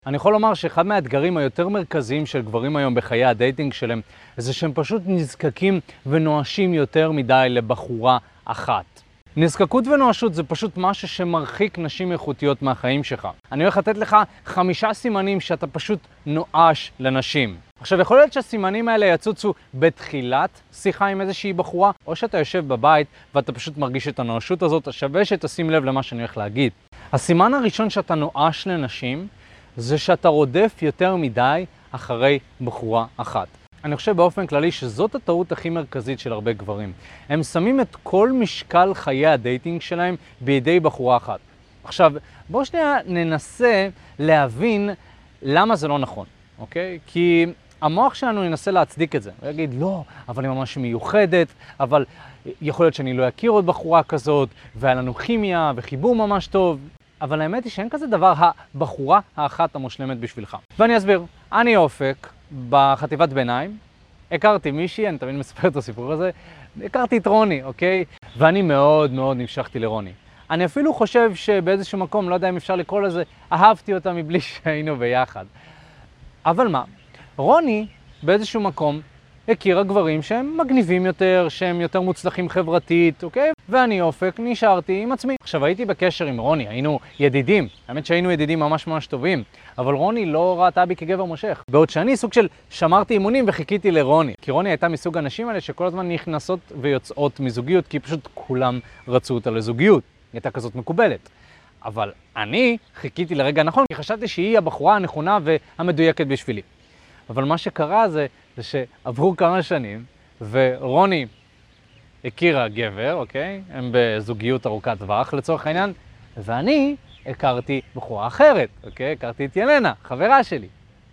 אני יכול לומר שאחד מהאתגרים היותר מרכזיים של גברים היום בחיי הדייטינג שלהם, זה שהם פשוט נזקקים ונואשים יותר מדי לבחורה אחת. נזקקות ונואשות זה פשוט משהו שמרחיק נשים איכותיות מהחיים שלך. אני הולך לתת לך 5 סימנים שאתה פשוט נואש לנשים. עכשיו, יכול להיות שהסימנים האלה יצוצו בתחילת שיחה עם איזושהי בחורה, או שאתה יושב בבית ואתה פשוט מרגיש את הנואשות הזאת, שווה שתשים לב למה שאני הולך להגיד. הסימן הראשון שאתה נואש לנשים, זה שאתה רודף יותר מדי אחרי בחורה אחת. אני חושב באופן כללי שזאת הטעות הכי מרכזית של הרבה גברים. הם שמים את כל משקל חיי הדייטינג שלהם בידי בחורה אחת. עכשיו, בואו שנייה ננסה להבין למה זה לא נכון, אוקיי? כי המוח שלנו ינסה להצדיק את זה. הוא יגיד, לא, אבל היא ממש מיוחדת, אבל יכול להיות שאני לא אכיר עוד בחורה כזאת, והיה לנו כימיה וחיבור ממש טוב. אבל האמת היא שאין כזה דבר הבחורה האחת המושלמת בשבילך. ואני אסביר, אני אופק בחטיבת ביניים, הכרתי מישהי, אני תמיד מספר את הסיפור הזה, הכרתי את רוני, אוקיי? ואני מאוד מאוד נמשכתי לרוני. אני אפילו חושב שבאיזשהו מקום, לא יודע אם אפשר לקרוא לזה, אהבתי אותה מבלי שהיינו ביחד. אבל מה? רוני באיזשהו מקום הכירה גברים שהם מגניבים יותר, שהם יותר מוצלחים חברתית, אוקיי? ואני אופק נשארתי עם עצמי. עכשיו, הייתי בקשר עם רוני, היינו ידידים. האמת שהיינו ידידים ממש ממש טובים. אבל רוני לא ראתה בי כגבר מושך. בעוד שאני סוג של שמרתי אימונים וחיכיתי לרוני. כי רוני הייתה מסוג האנשים האלה שכל הזמן נכנסות ויוצאות מזוגיות, כי פשוט כולם רצו אותה לזוגיות. היא הייתה כזאת מקובלת. אבל אני חיכיתי לרגע הנכון, כי חשבתי שהיא הבחורה הנכונה והמדויקת בשבילי. אבל מה שקרה זה שעברו כמה שנים, ורוני הכירה גבר, אוקיי? הם בזוגיות ארוכת טווח לצורך העניין, ואני הכרתי בחורה אחרת, אוקיי? הכרתי את ילנה, חברה שלי.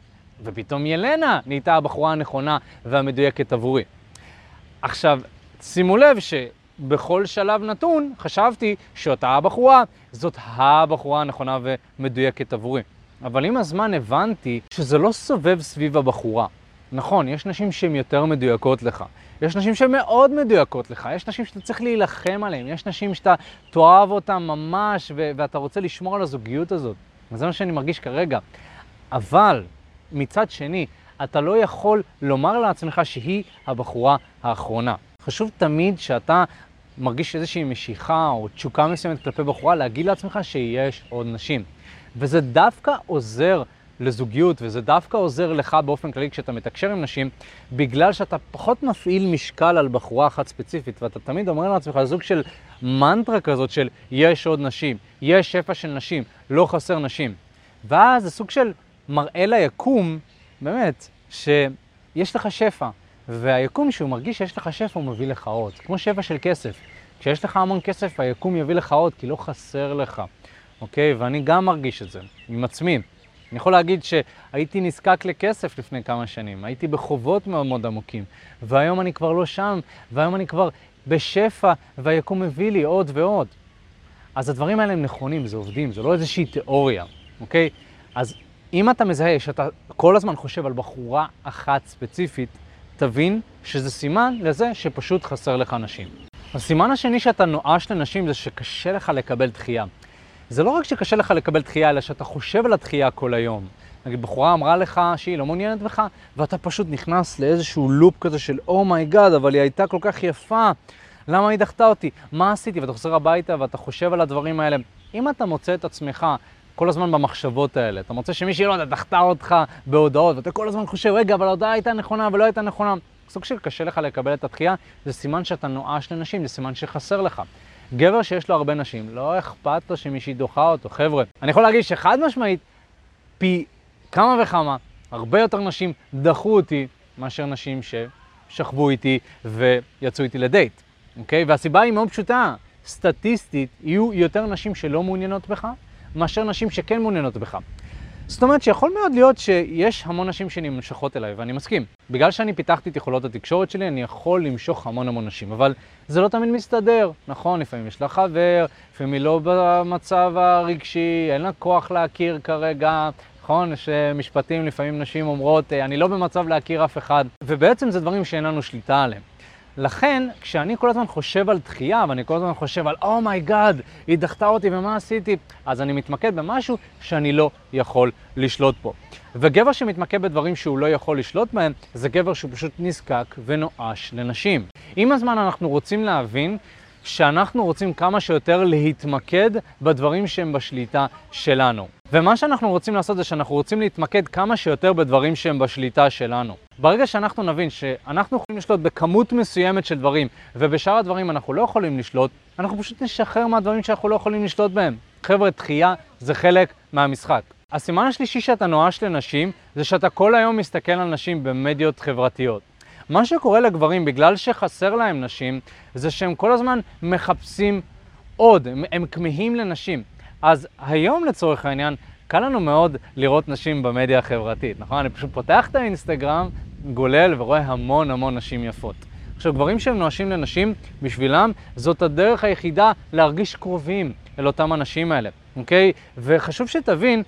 ופתאום ילנה נהייתה הבחורה הנכונה והמדויקת עבורי. עכשיו, שימו לב שבכל שלב נתון חשבתי שאותה הבחורה, זאת הבחורה הנכונה ומדויקת עבורי. אבל עם הזמן הבנתי שזה לא סובב סביב הבחורה. נכון, יש נשים שהן יותר מדויקות לך. יש נשים שהן מאוד מדויקות לך. יש נשים שאתה צריך להילחם עליהן. יש נשים שאתה תאהב אותן ממש ואתה רוצה לשמור על הזוגיות הזאת. וזה מה שאני מרגיש כרגע. אבל מצד שני, אתה לא יכול לומר לעצמך שהיא הבחורה האחרונה. חשוב תמיד שאתה מרגיש איזושהי משיכה או תשוקה מסוימת כלפי בחורה, להגיד לעצמך שיש עוד נשים. וזה דווקא עוזר לזוגיות, וזה דווקא עוזר לך באופן כללי כשאתה מתקשר עם נשים, בגלל שאתה פחות מפעיל משקל על בחורה אחת ספציפית, ואתה תמיד אומר לעצמך, זוג של מנטרה כזאת של יש עוד נשים, יש שפע של נשים, לא חסר נשים. ואז זה סוג של מראה ליקום, באמת, שיש לך שפע, והיקום שהוא מרגיש שיש לך שפע הוא מביא לך עוד, כמו שפע של כסף. כשיש לך המון כסף, היקום יביא לך עוד, כי לא חסר לך. אוקיי? ואני גם מרגיש את זה, עם עצמי. אני יכול להגיד שהייתי נזקק לכסף לפני כמה שנים, הייתי בחובות מאוד מאוד עמוקים, והיום אני כבר לא שם, והיום אני כבר בשפע, והיקום מביא לי עוד ועוד. אז הדברים האלה הם נכונים, זה עובדים, זה לא איזושהי תיאוריה, אוקיי? אז אם אתה מזהה שאתה כל הזמן חושב על בחורה אחת ספציפית, תבין שזה סימן לזה שפשוט חסר לך נשים. הסימן השני שאתה נואש לנשים זה שקשה לך לקבל דחייה. זה לא רק שקשה לך לקבל דחייה, אלא שאתה חושב על הדחייה כל היום. נגיד, בחורה אמרה לך שהיא לא מעוניינת בך, ואתה פשוט נכנס לאיזשהו לופ כזה של אומייגאד, אבל היא הייתה כל כך יפה, למה היא דחתה אותי? מה עשיתי? ואתה חוזר הביתה ואתה חושב על הדברים האלה. אם אתה מוצא את עצמך כל הזמן במחשבות האלה, אתה מוצא שמישהי לא דחתה אותך בהודעות, ואתה כל הזמן חושב, רגע, אבל ההודעה הייתה נכונה ולא הייתה נכונה. סוג שקשה לך לקבל את הדחייה, זה סימן שאתה נואש לנשים, זה סימן שחסר לך. גבר שיש לו הרבה נשים, לא אכפת לו שמישהי דוחה אותו. חבר'ה, אני יכול להגיד שחד משמעית, פי כמה וכמה, הרבה יותר נשים דחו אותי, מאשר נשים ששכבו איתי ויצאו איתי לדייט. אוקיי? והסיבה היא מאוד פשוטה. סטטיסטית, יהיו יותר נשים שלא מעוניינות בך, מאשר נשים שכן מעוניינות בך. זאת אומרת שיכול מאוד להיות שיש המון נשים שנמשכות אליי, ואני מסכים. בגלל שאני פיתחתי את יכולות התקשורת שלי, אני יכול למשוך המון נשים, אבל זה לא תמיד מסתדר. נכון, לפעמים יש לה חבר, לפעמים היא לא במצב הרגשי, אין לה כוח להכיר כרגע. נכון, שמשפטים לפעמים נשים אומרות, אני לא במצב להכיר אף אחד, ובעצם זה דברים שאין לנו שליטה עליהם. לכן, כשאני כל הזמן חושב על דחייה, ואני כל הזמן חושב על, אומייגאד, היא דחתה אותי ומה עשיתי? אז אני מתמקד במשהו שאני לא יכול לשלוט בו. וגבר שמתמקד בדברים שהוא לא יכול לשלוט בהם, זה גבר שהוא פשוט נזקק ונואש לנשים. עם הזמן אנחנו רוצים להבין שאנחנו רוצים כמה שיותר להתמקד בדברים שהם בשליטה שלנו. ומה שאנחנו רוצים לעשות זה שאנחנו רוצים להתמקד כמה שיותר בדברים שהם בשליטה שלנו. ברגע שאנחנו נבין שאנחנו יכולים לשלוט בכמות מסוימת של דברים, ובשאר הדברים אנחנו לא יכולים לשלוט, אנחנו פשוט נשחרר מהדברים שאנחנו לא יכולים לשלוט בהם. חבר'ה, דחייה זה חלק מהמשחק. הסימן השלישי שאתה נואש לנשים, זה שאתה כל היום מסתכל על נשים במדיות חברתיות. מה שקורה לגברים בגלל שחסר להם נשים, זה שהם כל הזמן מחפשים עוד, הם כמהים לנשים. אז היום לצורך העניין, קל לנו מאוד לראות נשים במדיה החברתית, נכון? אני פשוט פותח את האינסטגרם, גולל ורואה המון נשים יפות. עכשיו, גברים שהם נואשים לנשים, בשבילם זאת הדרך היחידה להרגיש קרובים אל אותם אנשים האלה, אוקיי? וחשוב שתבין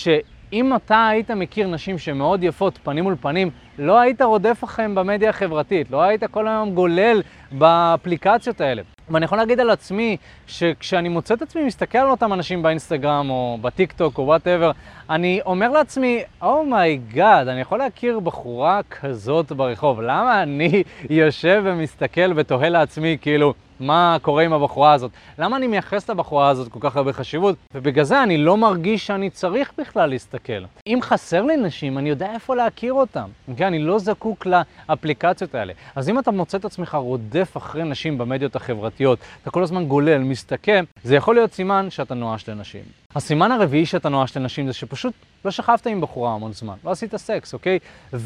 שאם אתה היית מכיר נשים שמאוד יפות פנים מול פנים, לא היית רודף אחריהם במדיה החברתית, לא היית כל היום גולל באפליקציות האלה. ואני יכול להגיד על עצמי שכשאני מוצא את עצמי מסתכל על אותם אנשים באינסטגרם או בטיק טוק או whatever, אני אומר לעצמי, אומייגאד, אני יכול להכיר בחורה כזאת ברחוב. למה אני יושב ומסתכל ותוהה לעצמי כאילו מה קורה עם הבחורה הזאת? למה אני מייחס לבחורה הזאת כל כך הרבה חשיבות? ובגלל זה אני לא מרגיש שאני צריך בכלל להסתכל. אם חסר לי נשים, אני יודע איפה להכיר אותם. Okay? אני לא זקוק לאפליקציות האלה. אז אם אתה מוצא את עצמך רודף אחרי נשים במדיות החברתיות, אתה כל הזמן גולל, מסתכל, זה יכול להיות סימן שאתה נואש לנשים. הסימן הרביעי שאתה נואש לנשים זה שפשוט לא שכבת עם בחורה המון זמן, לא עשית סקס, אוקיי?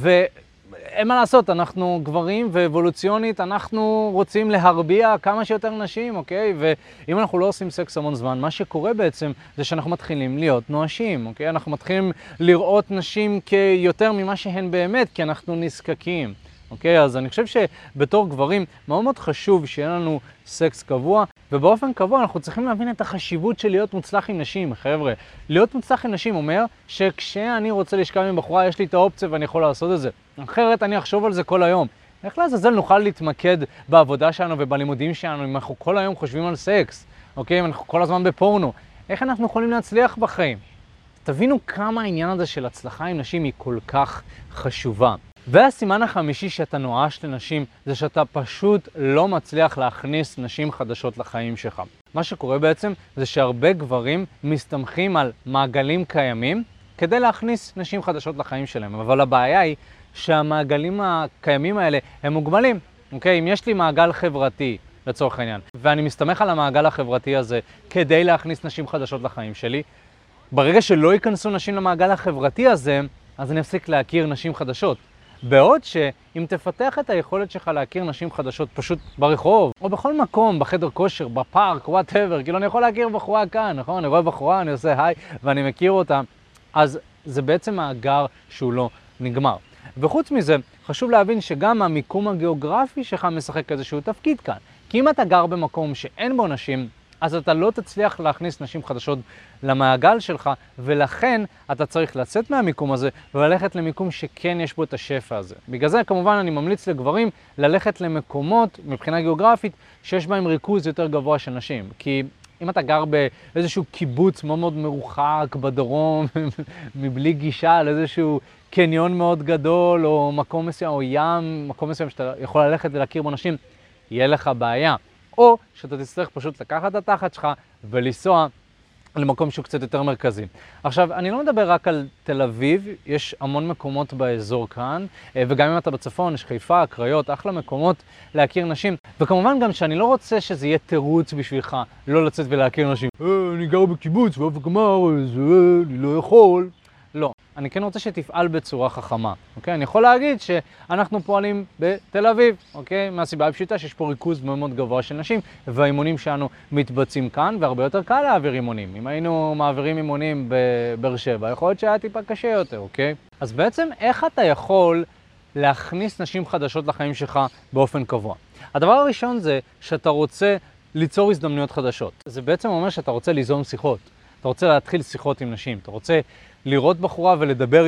אין מה לעשות, אנחנו גברים ואבולוציונית, אנחנו רוצים להרביע כמה שיותר נשים, אוקיי? ואם אנחנו לא עושים סקס המון זמן, מה שקורה בעצם זה שאנחנו מתחילים להיות נואשים, אוקיי? אנחנו מתחילים לראות נשים כיותר ממה שהן באמת, כי אנחנו נזקקים. אוקיי? אז אני חושב שבתור גברים מאוד מאוד חשוב שיהיה לנו סקס קבוע, ובאופן קבוע אנחנו צריכים להבין את החשיבות של להיות מוצלח עם נשים, חבר'ה. להיות מוצלח עם נשים אומר שכשאני רוצה לשכב עם בחורה יש לי את האופציה ואני יכול לעשות את זה. אחרת אני אחשוב על זה כל היום. איך לעזאזל נוכל להתמקד בעבודה שלנו ובלימודים שלנו אם אנחנו כל היום חושבים על סקס, אוקיי? אם אנחנו כל הזמן בפורנו. איך אנחנו יכולים להצליח בחיים? תבינו כמה העניין הזה של הצלחה עם נשים היא כל כך חשובה. והסימן החמישי שאתה נואש לנשים זה שאתה פשוט לא מצליח להכניס נשים חדשות לחיים שלך. מה שקורה בעצם זה שהרבה גברים מסתמכים על מעגלים קיימים כדי להכניס נשים חדשות לחיים שלהם. אבל הבעיה היא שהמעגלים הקיימים האלה הם מוגבלים. אוקיי? אם יש לי מעגל חברתי לצורך העניין, ואני מסתמך על המעגל החברתי הזה כדי להכניס נשים חדשות לחיים שלי, ברגע שלא ייכנסו נשים למעגל החברתי הזה, אז אני אפסיק להכיר נשים חדשות. בעוד שאם תפתח את היכולת שלך להכיר נשים חדשות פשוט ברחוב, או בכל מקום, בחדר כושר, בפארק, whatever, כאילו אני יכול להכיר בחורה כאן, נכון? אני רואה בחורה, אני עושה היי, ואני מכיר אותה, אז זה בעצם מאגר שהוא לא נגמר. וחוץ מזה, חשוב להבין שגם המיקום הגיאוגרפי שלך משחק איזשהו תפקיד כאן. כי אם אתה גר במקום שאין בו נשים, אז אתה לא תצליח להכניס נשים חדשות למעגל שלך, ולכן אתה צריך לצאת מהמיקום הזה וללכת למיקום שכן יש בו את השפע הזה. בגלל זה כמובן אני ממליץ לגברים ללכת למקומות מבחינה גיאוגרפית שיש בהם ריכוז יותר גבוה של נשים. כי אם אתה גר באיזשהו קיבוץ מאוד מאוד מרוחק בדרום, מבלי גישה לאיזשהו קניון מאוד גדול, או מקום מסוים, או ים, מקום מסוים שאתה יכול ללכת ולהכיר בו נשים, יהיה לך בעיה. או שאתה תצטרך פשוט לקחת את התחת שלך ולנסוע למקום שהוא קצת יותר מרכזי. עכשיו, אני לא מדבר רק על תל אביב, יש המון מקומות באזור כאן, וגם אם אתה בצפון, יש חיפה, קריות, אחלה מקומות להכיר נשים. וכמובן גם שאני לא רוצה שזה יהיה תירוץ בשבילך לא לצאת ולהכיר נשים. אני גר בקיבוץ, ואף גמר, אז אני לא יכול. לא, אני כן רוצה שתפעל בצורה חכמה, אוקיי? אני יכול להגיד שאנחנו פועלים בתל אביב, אוקיי? מהסיבה הפשוטה שיש פה ריכוז מאוד מאוד גבוה של נשים, והאימונים שלנו מתבצעים כאן, והרבה יותר קל להעביר אימונים. אם היינו מעבירים אימונים בבאר שבע, יכול להיות שהיה טיפה קשה יותר, אוקיי? אז בעצם איך אתה יכול להכניס נשים חדשות לחיים שלך באופן קבוע? הדבר הראשון זה שאתה רוצה ליצור הזדמנויות חדשות. זה בעצם אומר שאתה רוצה ליזום שיחות. אתה רוצה להתחיל שיחות עם נשים, אתה רוצה לראות בחורה ולדבר איתה,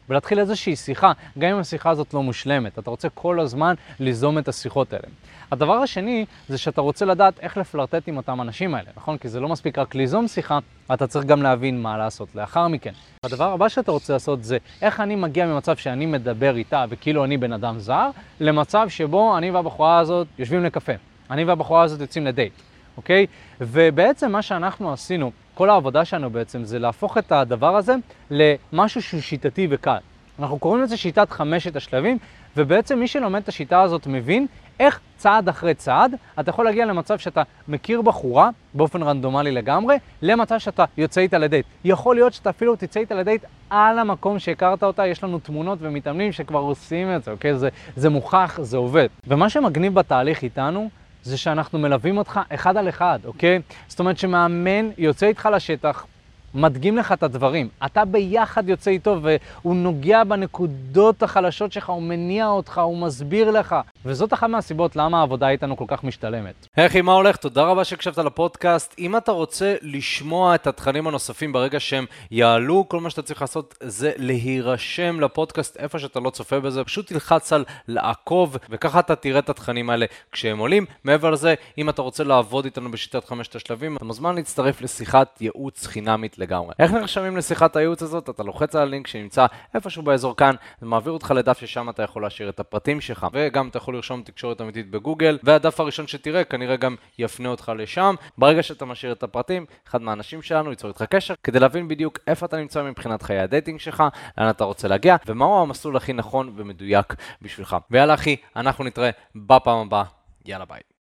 ולהתחיל איזושהי שיחה, גם אם השיחה הזאת לא מושלמת. אתה רוצה כל הזמן ליזום את השיחות האלה. הדבר השני זה שאתה רוצה לדעת איך לפלרטט עם אותם אנשים האלה, נכון? כי זה לא מספיק רק ליזום שיחה, אתה צריך גם להבין מה לעשות לאחר מכן. הדבר הבא שאתה רוצה לעשות זה איך אני מגיע ממצב שאני מדבר איתה וכאילו אני בן אדם זר, למצב שבו אני והבחורה הזאת יושבים לקפה. אני והבחורה הזאת יוצאים לדייט, אוקיי? ובעצם מה שאנחנו עשינו, כל העבודה שלנו בעצם זה להפוך את הדבר הזה למשהו שהוא שיטתי וקל. אנחנו קוראים לזה שיטת 5 השלבים, ובעצם מי שלומד את השיטה הזאת מבין איך צעד אחרי צעד אתה יכול להגיע למצב שאתה מכיר בחורה באופן רנדומלי לגמרי, למצב שאתה יוצא איתה לדייט. יכול להיות שאתה אפילו תצא איתה לדייט על המקום שהכרת אותה, יש לנו תמונות ומתאמנים שכבר עושים את זה, אוקיי? זה מוכח, זה עובד. ומה שמגניב בתהליך איתנו זה שאנחנו מלווים אותך אחד על אחד, אוקיי? זאת אומרת שמאמן יוצא איתך לשטח, מדגים לך את הדברים. אתה ביחד יוצא איתו והוא נוגע בנקודות החלשות שלך, הוא מניע אותך, הוא מסביר לך. וזאת אחת מהסיבות למה העבודה איתנו כל כך משתלמת. היי אחי, מה הולך? תודה רבה שהקשבת לפודקאסט. אם אתה רוצה לשמוע את התכנים הנוספים ברגע שהם יעלו, כל מה שאתה צריך לעשות זה להירשם לפודקאסט איפה שאתה לא צופה בזה. פשוט תלחץ על לעקוב וככה אתה תראה את התכנים האלה כשהם עולים. מעבר לזה, אם אתה רוצה לעבוד איתנו בשיטת 5 השלבים, אתה מוזמן להצטרף לשיחת ייעוץ חינמית לגמרי. איך נרשמים לשיחת הייעוץ הזאת? אתה לוחץ על הלינק שנמצא איפשהו באזור כאן, זה מעביר אותך לדף ששם אתה יכול להשאיר את הפרטים שלך, וגם אתה יכול לרשום תקשורת אמיתית בגוגל, והדף הראשון שתראה כנראה גם יפנה אותך לשם. ברגע שאתה משאיר את הפרטים, אחד מהאנשים שלנו ייצור איתך קשר, כדי להבין בדיוק איפה אתה נמצא מבחינת חיי הדייטינג שלך, לאן אתה רוצה להגיע, ומהו המסלול הכי נכון ומדויק בשבילך. ויאללה אחי, אנחנו נתראה בפעם הבאה. יאללה ביי.